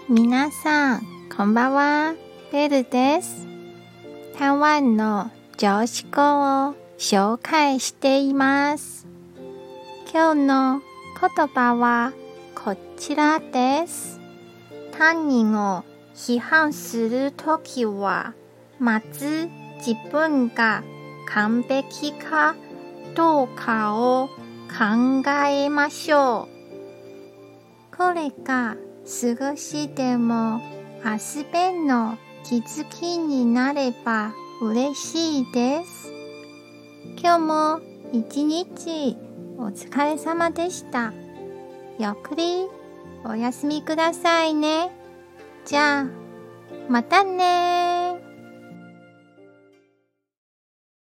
皆さん、こんばんは。ベルです。台湾の常識語を紹介しています。今日の言葉はこちらです。他人を批判するときは、まず自分が完璧かどうかを考えましょう。これが少しでも遊びの気づきになれば嬉しいです。今日も一日お疲れ様でした。ゆっくりお休みくださいね。じゃあ、またね。